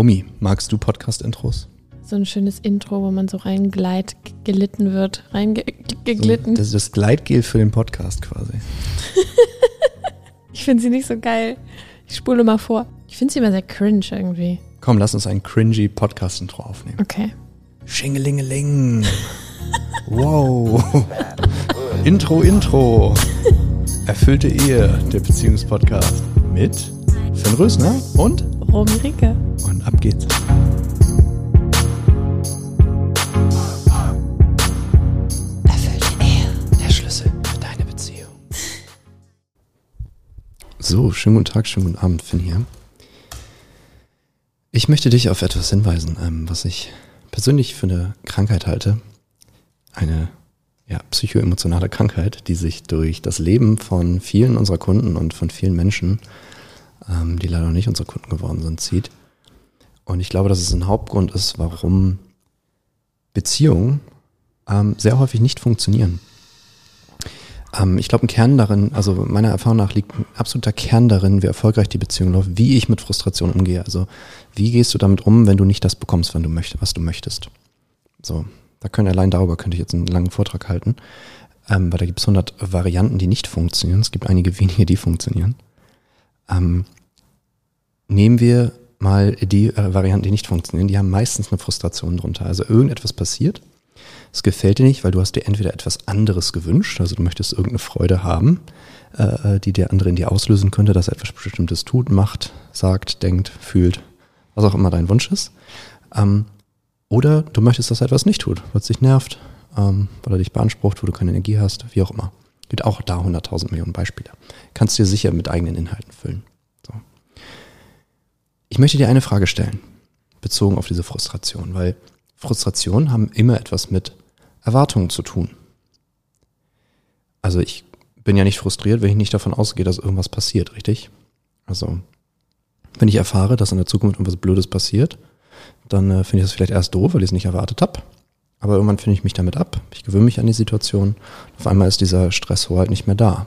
Romy, magst du Podcast-Intros? So ein schönes Intro, wo man so gelitten wird. Reingeglitten. Das ist das Gleitgel für den Podcast quasi. Ich finde sie nicht so geil. Ich spule mal vor. Ich finde sie immer sehr cringe irgendwie. Komm, lass uns ein cringy Podcast-Intro aufnehmen. Okay. Schingelingeling. Wow. Intro. Erfüllte Ehe, der Beziehungspodcast. Mit Finn Rösner und Romy Rinke. Und ab geht's. Erfüllte Ehe, der Schlüssel für deine Beziehung. So, schönen guten Tag, schönen guten Abend, Finn hier. Ich möchte dich auf etwas hinweisen, was ich persönlich für eine Krankheit halte. Eine psychoemotionale Krankheit, die sich durch das Leben von vielen unserer Kunden und von vielen Menschen, die leider noch nicht unsere Kunden geworden sind, zieht. Und ich glaube, dass es ein Hauptgrund ist, warum Beziehungen sehr häufig nicht funktionieren. Ich glaube, ein Kern darin, also meiner Erfahrung nach liegt ein absoluter Kern darin, wie erfolgreich die Beziehung läuft, wie ich mit Frustration umgehe. Also wie gehst du damit um, wenn du nicht das bekommst, was du möchtest. So, darüber könnte ich jetzt einen langen Vortrag halten, weil da gibt es 100 Varianten, die nicht funktionieren. Es gibt einige wenige, die funktionieren. Nehmen wir mal die Varianten, die nicht funktionieren. Die haben meistens eine Frustration drunter. Also irgendetwas passiert, es gefällt dir nicht, weil du hast dir entweder etwas anderes gewünscht, also du möchtest irgendeine Freude haben, die der andere in dir auslösen könnte, dass er etwas Bestimmtes tut, macht, sagt, denkt, fühlt, was auch immer dein Wunsch ist. Oder du möchtest, dass er etwas nicht tut, weil es dich nervt, weil er dich beansprucht, wo du keine Energie hast, wie auch immer. Gibt auch da 100.000 Millionen Beispiele. Kannst du dir sicher mit eigenen Inhalten füllen. So. Ich möchte dir eine Frage stellen, bezogen auf diese Frustration, weil Frustrationen haben immer etwas mit Erwartungen zu tun. Also ich bin ja nicht frustriert, wenn ich nicht davon ausgehe, dass irgendwas passiert, richtig? Also wenn ich erfahre, dass in der Zukunft irgendwas Blödes passiert, dann finde ich das vielleicht erst doof, weil ich es nicht erwartet habe. Aber irgendwann finde ich mich damit ab. Ich gewöhne mich an die Situation. Auf einmal ist dieser Stress halt nicht mehr da.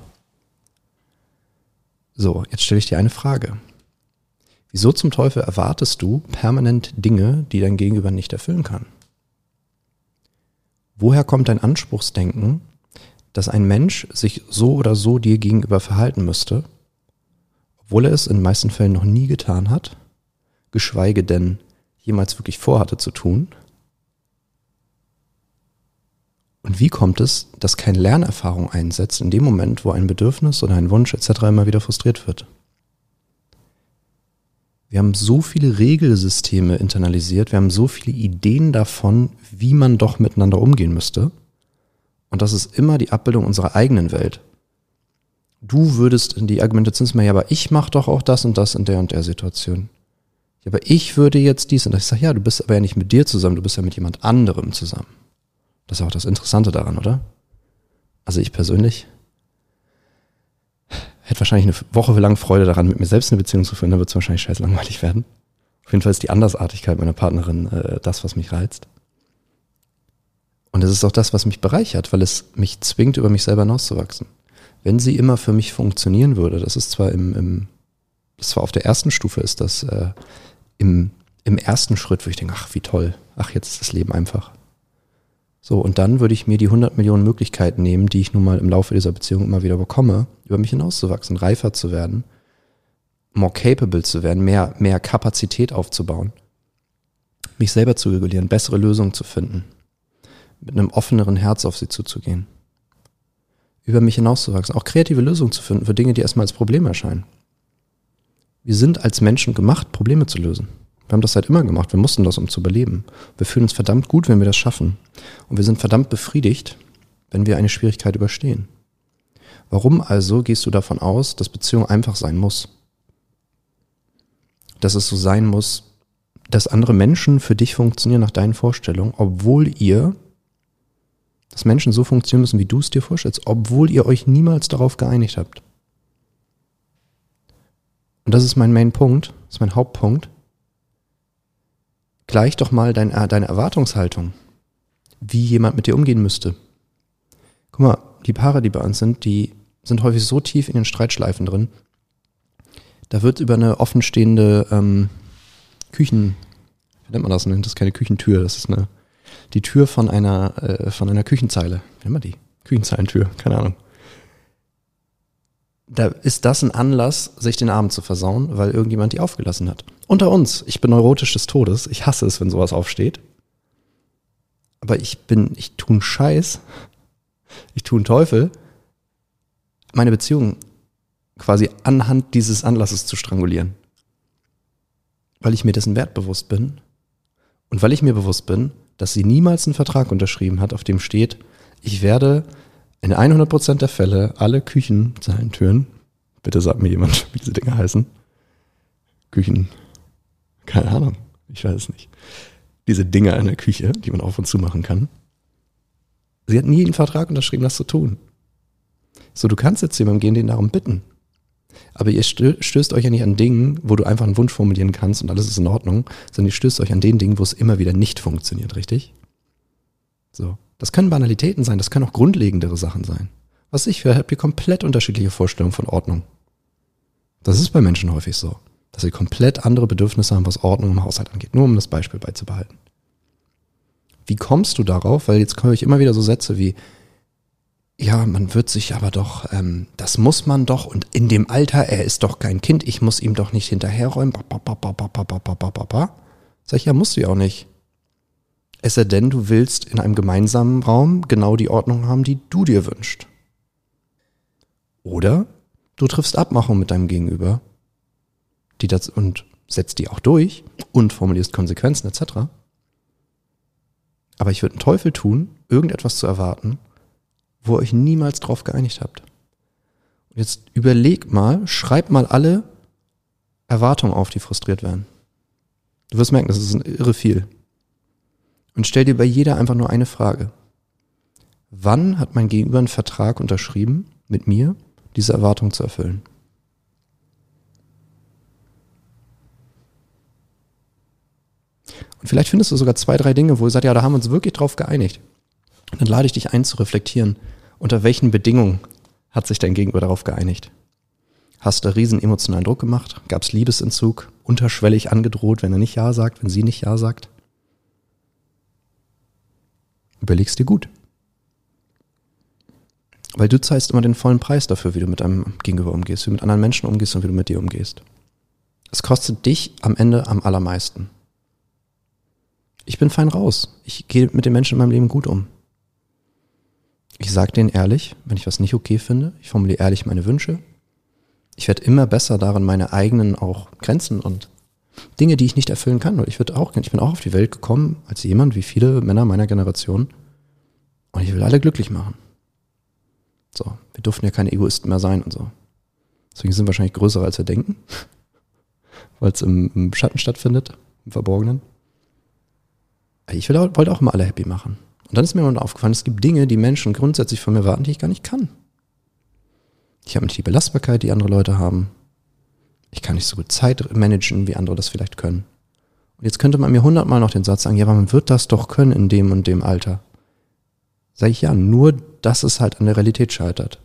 So, jetzt stelle ich dir eine Frage. Wieso zum Teufel erwartest du permanent Dinge, die dein Gegenüber nicht erfüllen kann? Woher kommt dein Anspruchsdenken, dass ein Mensch sich so oder so dir gegenüber verhalten müsste, obwohl er es in den meisten Fällen noch nie getan hat, geschweige denn jemals wirklich vorhatte zu tun? Und wie kommt es, dass keine Lernerfahrung einsetzt in dem Moment, wo ein Bedürfnis oder ein Wunsch etc. immer wieder frustriert wird? Wir haben so viele Regelsysteme internalisiert, wir haben so viele Ideen davon, wie man doch miteinander umgehen müsste. Und das ist immer die Abbildung unserer eigenen Welt. Du würdest in die Argumentation sagen, ja, aber ich mache doch auch das und das in der und der Situation. Ja, aber ich würde jetzt dies und das. Ich sage, ja, du bist aber ja nicht mit dir zusammen, du bist ja mit jemand anderem zusammen. Das ist auch das Interessante daran, oder? Also ich persönlich hätte wahrscheinlich eine Woche lang Freude daran, mit mir selbst eine Beziehung zu führen, dann wird es wahrscheinlich scheiß langweilig werden. Auf jeden Fall ist die Andersartigkeit meiner Partnerin das, was mich reizt. Und es ist auch das, was mich bereichert, weil es mich zwingt, über mich selber hinauszuwachsen. Wenn sie immer für mich funktionieren würde, das ist zwar auf der ersten Stufe ist das im ersten Schritt, wo ich denke, ach wie toll, ach jetzt ist das Leben einfach. So, und dann würde ich mir die 100 Millionen Möglichkeiten nehmen, die ich nun mal im Laufe dieser Beziehung immer wieder bekomme, über mich hinauszuwachsen, reifer zu werden, more capable zu werden, mehr Kapazität aufzubauen, mich selber zu regulieren, bessere Lösungen zu finden, mit einem offeneren Herz auf sie zuzugehen, über mich hinauszuwachsen, auch kreative Lösungen zu finden für Dinge, die erstmal als Problem erscheinen. Wir sind als Menschen gemacht, Probleme zu lösen. Wir haben das seit immer gemacht, wir mussten das, um zu überleben. Wir fühlen uns verdammt gut, wenn wir das schaffen. Und wir sind verdammt befriedigt, wenn wir eine Schwierigkeit überstehen. Warum also gehst du davon aus, dass Beziehung einfach sein muss? Dass es so sein muss, dass andere Menschen für dich funktionieren nach deinen Vorstellungen, dass Menschen so funktionieren müssen, wie du es dir vorstellst, obwohl ihr euch niemals darauf geeinigt habt. Und das ist mein Main-Punkt, das ist mein Hauptpunkt. Gleich doch mal deine Erwartungshaltung, wie jemand mit dir umgehen müsste. Guck mal, die Paare, die bei uns sind, die sind häufig so tief in den Streitschleifen drin, da wird über eine offenstehende wie nennt man das? Das ist keine Küchentür, das ist die Tür von einer Küchenzeile. Wie nennt man die? Küchenzeilentür, keine Ahnung. Da ist das ein Anlass, sich den Abend zu versauen, weil irgendjemand die aufgelassen hat. Unter uns, ich bin neurotisch des Todes, ich hasse es, wenn sowas aufsteht. Aber ich tue einen Scheiß, ich tue einen Teufel, meine Beziehung quasi anhand dieses Anlasses zu strangulieren. Weil ich mir dessen Wert bewusst bin und weil ich mir bewusst bin, dass sie niemals einen Vertrag unterschrieben hat, auf dem steht, ich werde in 100% der Fälle alle Küchenzeilentüren, bitte sagt mir jemand, wie diese Dinger heißen, keine Ahnung, ich weiß es nicht, diese Dinger in der Küche, die man auf und zu machen kann. Sie hat nie einen Vertrag unterschrieben, das zu tun. So, du kannst jetzt jemandem gehen, den darum bitten. Aber ihr stößt euch ja nicht an Dingen, wo du einfach einen Wunsch formulieren kannst und alles ist in Ordnung, sondern ihr stößt euch an den Dingen, wo es immer wieder nicht funktioniert, richtig? So. Das können Banalitäten sein, das können auch grundlegendere Sachen sein. Was ich höre, habt ihr komplett unterschiedliche Vorstellungen von Ordnung. Das ist bei Menschen häufig so, dass sie komplett andere Bedürfnisse haben, was Ordnung im Haushalt angeht. Nur um das Beispiel beizubehalten. Wie kommst du darauf? Weil jetzt höre ich immer wieder so Sätze wie, ja, man wird sich aber doch, das muss man doch und in dem Alter, er ist doch kein Kind, ich muss ihm doch nicht hinterherräumen. Sag ich, ja, musst du ja auch nicht. Es sei denn, du willst in einem gemeinsamen Raum genau die Ordnung haben, die du dir wünschst. Oder du triffst Abmachungen mit deinem Gegenüber und setzt die auch durch und formulierst Konsequenzen etc. Aber ich würde einen Teufel tun, irgendetwas zu erwarten, wo ihr euch niemals drauf geeinigt habt. Und jetzt überleg mal, schreib mal alle Erwartungen auf, die frustriert werden. Du wirst merken, das ist irre viel. Und stell dir bei jeder einfach nur eine Frage. Wann hat mein Gegenüber einen Vertrag unterschrieben, mit mir diese Erwartung zu erfüllen? Und vielleicht findest du sogar 2, 3 Dinge, wo du sagst, ja, da haben wir uns wirklich drauf geeinigt. Und dann lade ich dich ein, zu reflektieren, unter welchen Bedingungen hat sich dein Gegenüber darauf geeinigt? Hast du riesen emotionalen Druck gemacht? Gab es Liebesentzug? Unterschwellig angedroht, wenn er nicht Ja sagt, wenn sie nicht Ja sagt? Überlegst dir gut. Weil du zahlst immer den vollen Preis dafür, wie du mit deinem Gegenüber umgehst, wie du mit anderen Menschen umgehst und wie du mit dir umgehst. Es kostet dich am Ende am allermeisten. Ich bin fein raus. Ich gehe mit den Menschen in meinem Leben gut um. Ich sage denen ehrlich, wenn ich was nicht okay finde. Ich formuliere ehrlich meine Wünsche. Ich werde immer besser darin, meine eigenen auch Grenzen und Dinge, die ich nicht erfüllen kann. Und ich bin auch auf die Welt gekommen als jemand wie viele Männer meiner Generation. Und ich will alle glücklich machen. So, wir durften ja keine Egoisten mehr sein und so. Deswegen sind wir wahrscheinlich größer, als wir denken. Weil es im Schatten stattfindet, im Verborgenen. Ich wollte auch immer alle happy machen. Und dann ist mir mal aufgefallen, es gibt Dinge, die Menschen grundsätzlich von mir erwarten, die ich gar nicht kann. Ich habe nicht die Belastbarkeit, die andere Leute haben. Ich kann nicht so gut Zeit managen, wie andere das vielleicht können. Und jetzt könnte man mir 100-mal noch den Satz sagen, ja, aber man wird das doch können in dem und dem Alter. Sag ich ja, nur, dass es halt an der Realität scheitert.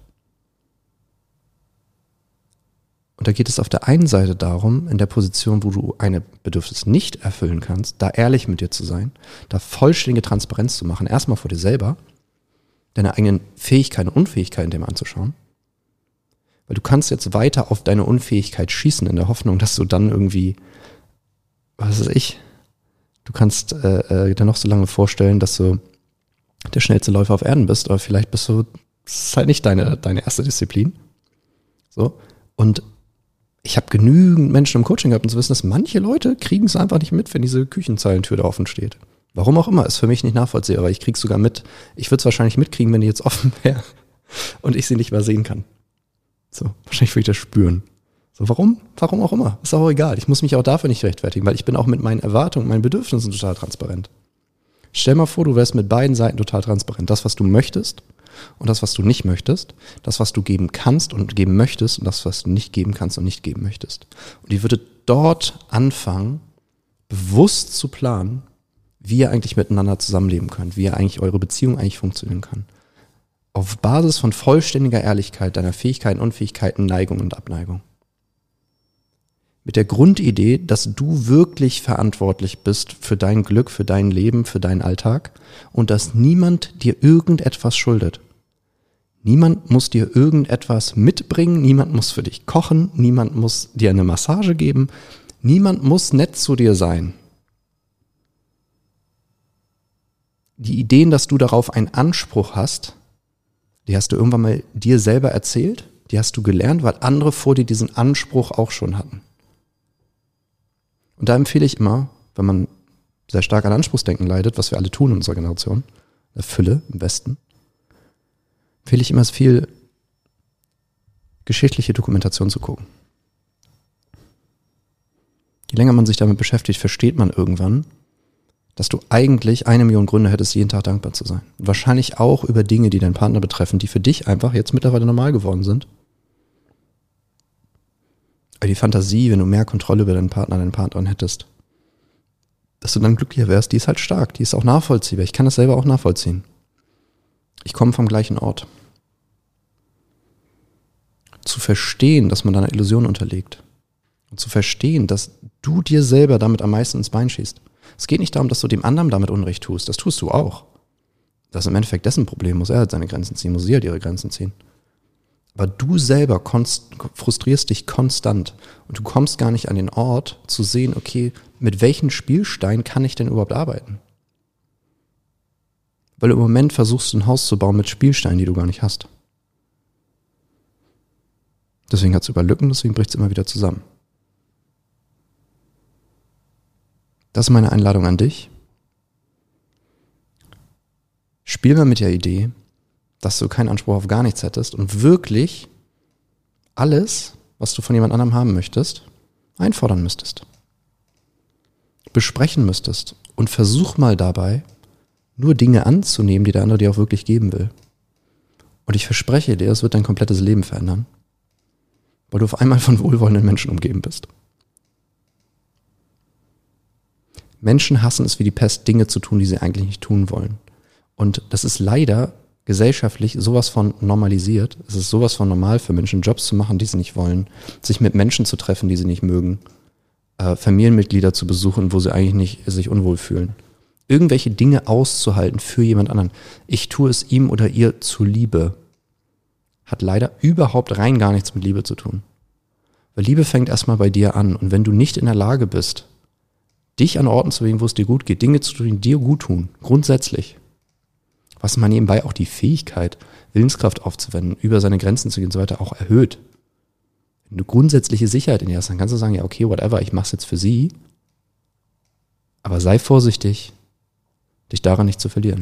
Und da geht es auf der einen Seite darum, in der Position, wo du eine Bedürfnis nicht erfüllen kannst, da ehrlich mit dir zu sein, da vollständige Transparenz zu machen, erstmal vor dir selber, deine eigenen Fähigkeiten und Unfähigkeiten dem anzuschauen. Weil du kannst jetzt weiter auf deine Unfähigkeit schießen, in der Hoffnung, dass du dann irgendwie, was weiß ich, du kannst dir noch so lange vorstellen, dass du der schnellste Läufer auf Erden bist, aber vielleicht das ist halt nicht deine erste Disziplin. So. Und ich habe genügend Menschen im Coaching gehabt, um zu wissen, dass manche Leute kriegen es einfach nicht mit, wenn diese Küchenzeilentür da offen steht. Warum auch immer, ist für mich nicht nachvollziehbar, aber ich krieg's sogar mit. Ich würde es wahrscheinlich mitkriegen, wenn die jetzt offen wäre und ich sie nicht mehr sehen kann. So, wahrscheinlich würde ich das spüren. So, warum? Warum auch immer. Ist auch egal. Ich muss mich auch dafür nicht rechtfertigen, weil ich bin auch mit meinen Erwartungen, meinen Bedürfnissen total transparent. Stell mal vor, du wärst mit beiden Seiten total transparent. Das, was du möchtest und das, was du nicht möchtest. Das, was du geben kannst und geben möchtest und das, was du nicht geben kannst und nicht geben möchtest. Und ihr würdet dort anfangen, bewusst zu planen, wie ihr eigentlich miteinander zusammenleben könnt, wie ihr eigentlich eure Beziehung eigentlich funktionieren kann. Auf Basis von vollständiger Ehrlichkeit deiner Fähigkeiten, Unfähigkeiten, Neigung und Abneigung. Mit der Grundidee, dass du wirklich verantwortlich bist für dein Glück, für dein Leben, für deinen Alltag und dass niemand dir irgendetwas schuldet. Niemand muss dir irgendetwas mitbringen, niemand muss für dich kochen, niemand muss dir eine Massage geben, niemand muss nett zu dir sein. Die Ideen, dass du darauf einen Anspruch hast, die hast du irgendwann mal dir selber erzählt, die hast du gelernt, weil andere vor dir diesen Anspruch auch schon hatten. Und da empfehle ich immer, wenn man sehr stark an Anspruchsdenken leidet, was wir alle tun in unserer Generation, der Fülle im Westen, empfehle ich immer viel geschichtliche Dokumentation zu gucken. Je länger man sich damit beschäftigt, versteht man irgendwann, dass du eigentlich 1 Million Gründe hättest, jeden Tag dankbar zu sein. Und wahrscheinlich auch über Dinge, die deinen Partner betreffen, die für dich einfach jetzt mittlerweile normal geworden sind. Aber die Fantasie, wenn du mehr Kontrolle über deinen Partner, deine Partnerin hättest, dass du dann glücklicher wärst, die ist halt stark, die ist auch nachvollziehbar. Ich kann das selber auch nachvollziehen. Ich komme vom gleichen Ort. Zu verstehen, dass man da einer Illusion unterliegt. Und zu verstehen, dass du dir selber damit am meisten ins Bein schießt. Es geht nicht darum, dass du dem anderen damit Unrecht tust. Das tust du auch. Das ist im Endeffekt dessen Problem. Muss er halt seine Grenzen ziehen, muss sie halt ihre Grenzen ziehen. Aber du selber frustrierst dich konstant. Und du kommst gar nicht an den Ort zu sehen, okay, mit welchen Spielsteinen kann ich denn überhaupt arbeiten? Weil im Moment versuchst du ein Haus zu bauen mit Spielsteinen, die du gar nicht hast. Deswegen hat es über Lücken, deswegen bricht es immer wieder zusammen. Das ist meine Einladung an dich. Spiel mal mit der Idee, dass du keinen Anspruch auf gar nichts hättest und wirklich alles, was du von jemand anderem haben möchtest, einfordern müsstest. Besprechen müsstest und versuch mal dabei, nur Dinge anzunehmen, die der andere dir auch wirklich geben will. Und ich verspreche dir, es wird dein komplettes Leben verändern, weil du auf einmal von wohlwollenden Menschen umgeben bist. Menschen hassen es wie die Pest, Dinge zu tun, die sie eigentlich nicht tun wollen. Und das ist leider gesellschaftlich sowas von normalisiert. Es ist sowas von normal für Menschen, Jobs zu machen, die sie nicht wollen, sich mit Menschen zu treffen, die sie nicht mögen, Familienmitglieder zu besuchen, wo sie eigentlich nicht sich unwohl fühlen. Irgendwelche Dinge auszuhalten für jemand anderen. Ich tue es ihm oder ihr zuliebe. Hat leider überhaupt rein gar nichts mit Liebe zu tun. Weil Liebe fängt erstmal bei dir an. Und wenn du nicht in der Lage bist, dich an Orten zu bewegen, wo es dir gut geht, Dinge zu tun, die dir gut tun, grundsätzlich, was man nebenbei auch die Fähigkeit, Willenskraft aufzuwenden, über seine Grenzen zu gehen und so weiter, auch erhöht. Wenn du grundsätzliche Sicherheit in dir hast, dann kannst du sagen, ja okay, whatever, ich mach's jetzt für sie, aber sei vorsichtig, dich daran nicht zu verlieren.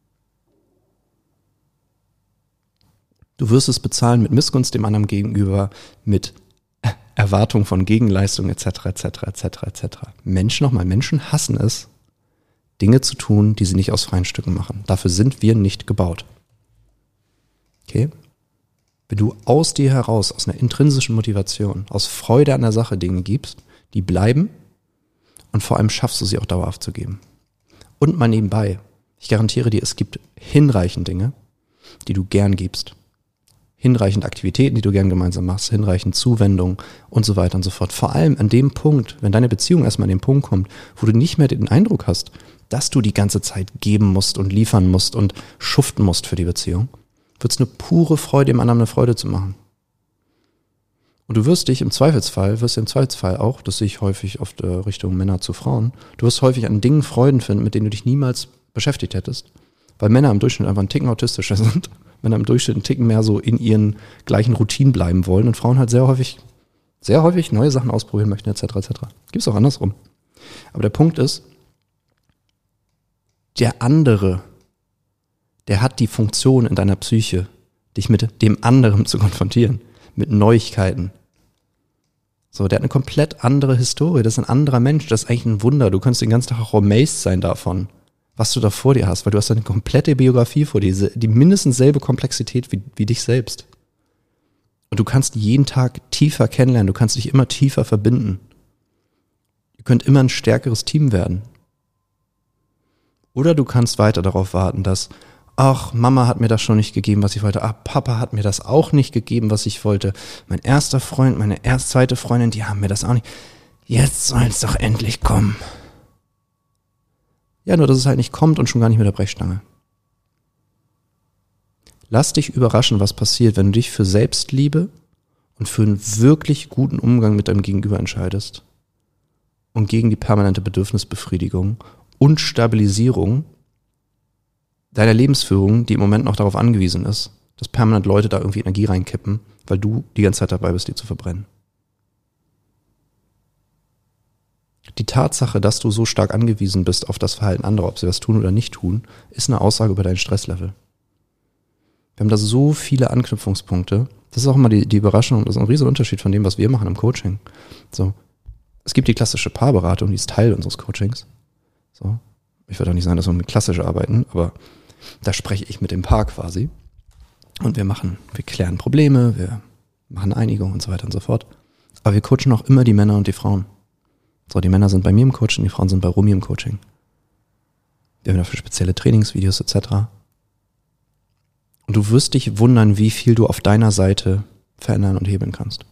Du wirst es bezahlen mit Missgunst dem anderen gegenüber, mit Erwartung von Gegenleistung etc. Menschen hassen es, Dinge zu tun, die sie nicht aus freien Stücken machen. Dafür sind wir nicht gebaut. Okay? Wenn du aus dir heraus, aus einer intrinsischen Motivation, aus Freude an der Sache Dinge gibst, die bleiben und vor allem schaffst du sie auch dauerhaft zu geben. Und mal nebenbei, ich garantiere dir, es gibt hinreichend Dinge, die du gern gibst. Hinreichend Aktivitäten, die du gern gemeinsam machst, hinreichend Zuwendung und so weiter und so fort. Vor allem an dem Punkt, wenn deine Beziehung erstmal an den Punkt kommt, wo du nicht mehr den Eindruck hast, dass du die ganze Zeit geben musst und liefern musst und schuften musst für die Beziehung, wird es eine pure Freude, dem anderen eine Freude zu machen. Und du wirst im Zweifelsfall auch, das sehe ich häufig oft Richtung Männer zu Frauen, du wirst häufig an Dingen Freuden finden, mit denen du dich niemals beschäftigt hättest, weil Männer im Durchschnitt einfach einen Ticken autistischer sind, Männer im Durchschnitt einen Ticken mehr so in ihren gleichen Routinen bleiben wollen und Frauen halt sehr häufig neue Sachen ausprobieren möchten, etc. Gibt es auch andersrum. Aber der Punkt ist, der andere, der hat die Funktion in deiner Psyche, dich mit dem anderen zu konfrontieren, mit Neuigkeiten. So, der hat eine komplett andere Historie, das ist ein anderer Mensch, das ist eigentlich ein Wunder. Du kannst den ganzen Tag auch amazed sein davon, was du da vor dir hast, weil du hast eine komplette Biografie vor dir, die mindestens selbe Komplexität wie dich selbst. Und du kannst jeden Tag tiefer kennenlernen, du kannst dich immer tiefer verbinden. Ihr könnt immer ein stärkeres Team werden. Oder du kannst weiter darauf warten, dass ach, Mama hat mir das schon nicht gegeben, was ich wollte. Ach, Papa hat mir das auch nicht gegeben, was ich wollte. Mein erster Freund, meine zweite Freundin, die haben mir das auch nicht. Jetzt soll es doch endlich kommen. Ja, nur dass es halt nicht kommt und schon gar nicht mit der Brechstange. Lass dich überraschen, was passiert, wenn du dich für Selbstliebe und für einen wirklich guten Umgang mit deinem Gegenüber entscheidest und gegen die permanente Bedürfnisbefriedigung und Stabilisierung deiner Lebensführung, die im Moment noch darauf angewiesen ist, dass permanent Leute da irgendwie Energie reinkippen, weil du die ganze Zeit dabei bist, die zu verbrennen. Die Tatsache, dass du so stark angewiesen bist auf das Verhalten anderer, ob sie was tun oder nicht tun, ist eine Aussage über dein Stresslevel. Wir haben da so viele Anknüpfungspunkte. Das ist auch immer die Überraschung, das ist ein riesiger Unterschied von dem, was wir machen im Coaching. So, es gibt die klassische Paarberatung, die ist Teil unseres Coachings. So, ich würde auch nicht sagen, dass wir mit klassisch arbeiten, aber da spreche ich mit dem Paar quasi. Und wir klären Probleme, wir machen Einigung und so weiter und so fort. Aber wir coachen auch immer die Männer und die Frauen. So, die Männer sind bei mir im Coaching, die Frauen sind bei Romy im Coaching. Wir haben dafür spezielle Trainingsvideos etc. Und du wirst dich wundern, wie viel du auf deiner Seite verändern und hebeln kannst.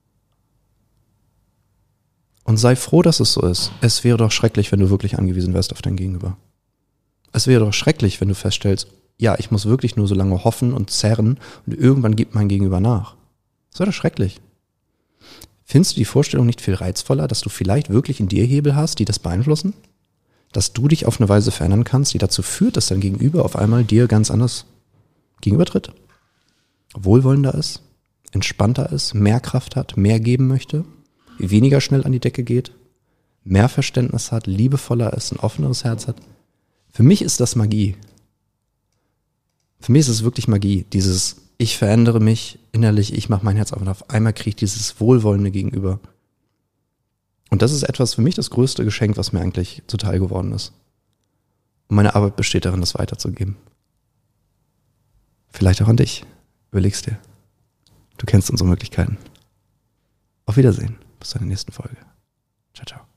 Und sei froh, dass es so ist. Es wäre doch schrecklich, wenn du wirklich angewiesen wärst auf dein Gegenüber. Es wäre doch schrecklich, wenn du feststellst, ja, ich muss wirklich nur so lange hoffen und zerren und irgendwann gibt mein Gegenüber nach. Das wäre doch schrecklich. Findest du die Vorstellung nicht viel reizvoller, dass du vielleicht wirklich in dir Hebel hast, die das beeinflussen? Dass du dich auf eine Weise verändern kannst, die dazu führt, dass dein Gegenüber auf einmal dir ganz anders gegenübertritt? Wohlwollender ist, entspannter ist, mehr Kraft hat, mehr geben möchte, weniger schnell an die Decke geht, mehr Verständnis hat, liebevoller ist, ein offeneres Herz hat. Für mich ist das Magie. Für mich ist es wirklich Magie, dieses ich verändere mich innerlich, ich mache mein Herz auf und auf einmal kriege ich dieses wohlwollende Gegenüber. Und das ist etwas für mich das größte Geschenk, was mir eigentlich zuteil geworden ist. Und meine Arbeit besteht darin, das weiterzugeben. Vielleicht auch an dich. Überleg's dir. Du kennst unsere Möglichkeiten. Auf Wiedersehen. Bis zur nächsten Folge. Ciao, ciao.